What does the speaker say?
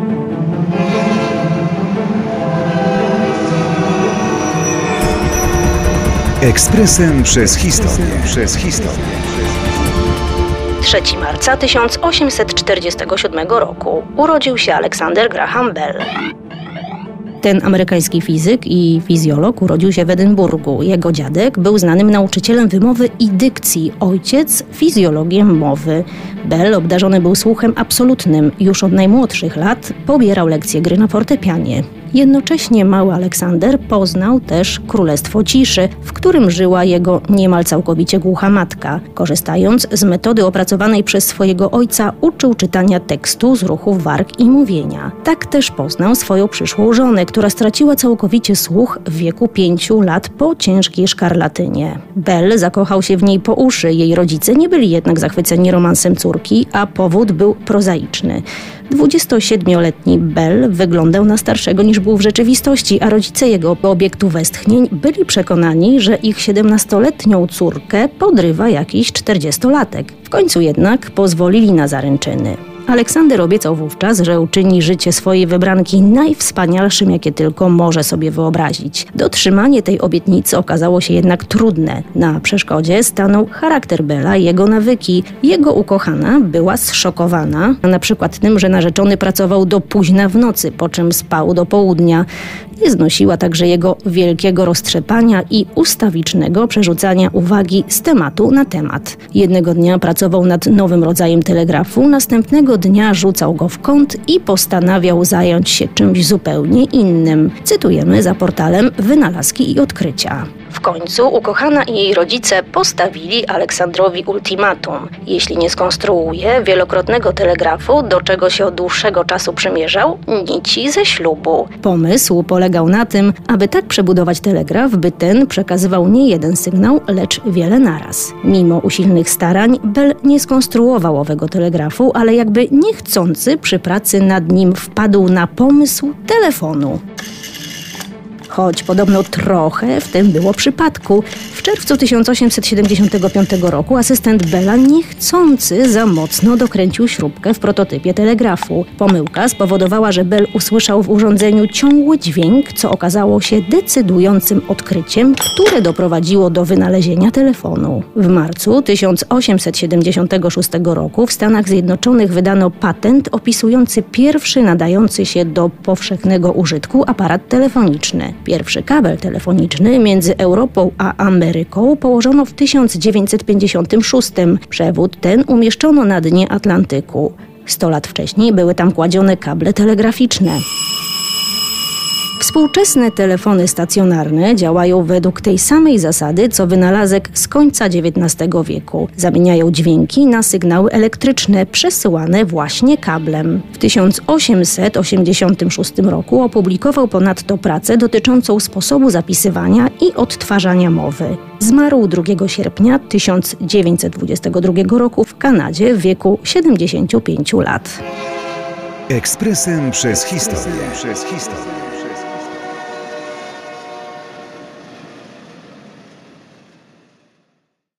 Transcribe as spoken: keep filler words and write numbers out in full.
Ekspresem przez historię. Przez historię. trzeciego marca tysiąc osiemset czterdziestego siódmego roku urodził się Alexander Graham Bell. Ten amerykański fizyk i fizjolog urodził się w Edynburgu. Jego dziadek był znanym nauczycielem wymowy i dykcji, ojciec fizjologiem mowy. Bell obdarzony był słuchem absolutnym. Już od najmłodszych lat pobierał lekcje gry na fortepianie. Jednocześnie mały Aleksander poznał też królestwo ciszy, w którym żyła jego niemal całkowicie głucha matka. Korzystając z metody opracowanej przez swojego ojca, uczył czytania tekstu z ruchów warg i mówienia. Tak też poznał swoją przyszłą żonę, która straciła całkowicie słuch w wieku pięciu lat po ciężkiej szkarlatynie. Bell zakochał się w niej po uszy. Jej rodzice nie byli jednak zachwyceni romansem córki, a powód był prozaiczny. dwudziestosiedmioletni Bell wyglądał na starszego niż był w rzeczywistości, a rodzice jego obiektu westchnień byli przekonani, że ich siedemnastoletnią córkę podrywa jakiś czterdziestolatek. W końcu jednak pozwolili na zaręczyny. Aleksander obiecał wówczas, że uczyni życie swojej wybranki najwspanialszym, jakie tylko może sobie wyobrazić. Dotrzymanie tej obietnicy okazało się jednak trudne. Na przeszkodzie stanął charakter Bella i jego nawyki. Jego ukochana była zszokowana, na przykład tym, że narzeczony pracował do późna w nocy, po czym spał do południa. Nie znosiła także jego wielkiego roztrzepania i ustawicznego przerzucania uwagi z tematu na temat. Jednego dnia pracował nad nowym rodzajem telegrafu, następnego dnia rzucał go w kąt i postanawiał zająć się czymś zupełnie innym. Cytujemy za portalem Wynalazki i Odkrycia. W końcu ukochana i jej rodzice postawili Aleksandrowi ultimatum. Jeśli nie skonstruuje wielokrotnego telegrafu, do czego się od dłuższego czasu przymierzał, nici ze ślubu. Pomysł polegał na tym, aby tak przebudować telegraf, by ten przekazywał nie jeden sygnał, lecz wiele naraz. Mimo usilnych starań Bell nie skonstruował owego telegrafu, ale jakby niechcący przy pracy nad nim wpadł na pomysł telefonu. Choć podobno trochę w tym było przypadku. W czerwcu tysiąc osiemset siedemdziesiątego piątego roku asystent Bella niechcący za mocno dokręcił śrubkę w prototypie telegrafu. Pomyłka spowodowała, że Bell usłyszał w urządzeniu ciągły dźwięk, co okazało się decydującym odkryciem, które doprowadziło do wynalezienia telefonu. W marcu tysiąc osiemset siedemdziesiątego szóstego roku w Stanach Zjednoczonych wydano patent opisujący pierwszy nadający się do powszechnego użytku aparat telefoniczny. Pierwszy kabel telefoniczny między Europą a Ameryką położono w tysiąc dziewięćset pięćdziesiątym szóstym. Przewód ten umieszczono na dnie Atlantyku. Sto lat wcześniej były tam kładzione kable telegraficzne. Współczesne telefony stacjonarne działają według tej samej zasady, co wynalazek z końca dziewiętnastego wieku. Zamieniają dźwięki na sygnały elektryczne przesyłane właśnie kablem. W tysiąc osiemset osiemdziesiątym szóstym roku opublikował ponadto pracę dotyczącą sposobu zapisywania i odtwarzania mowy. Zmarł drugiego sierpnia tysiąc dziewięćset dwudziestego drugiego roku w Kanadzie w wieku siedemdziesięciu pięciu lat. Ekspresem przez historię. Przez historię.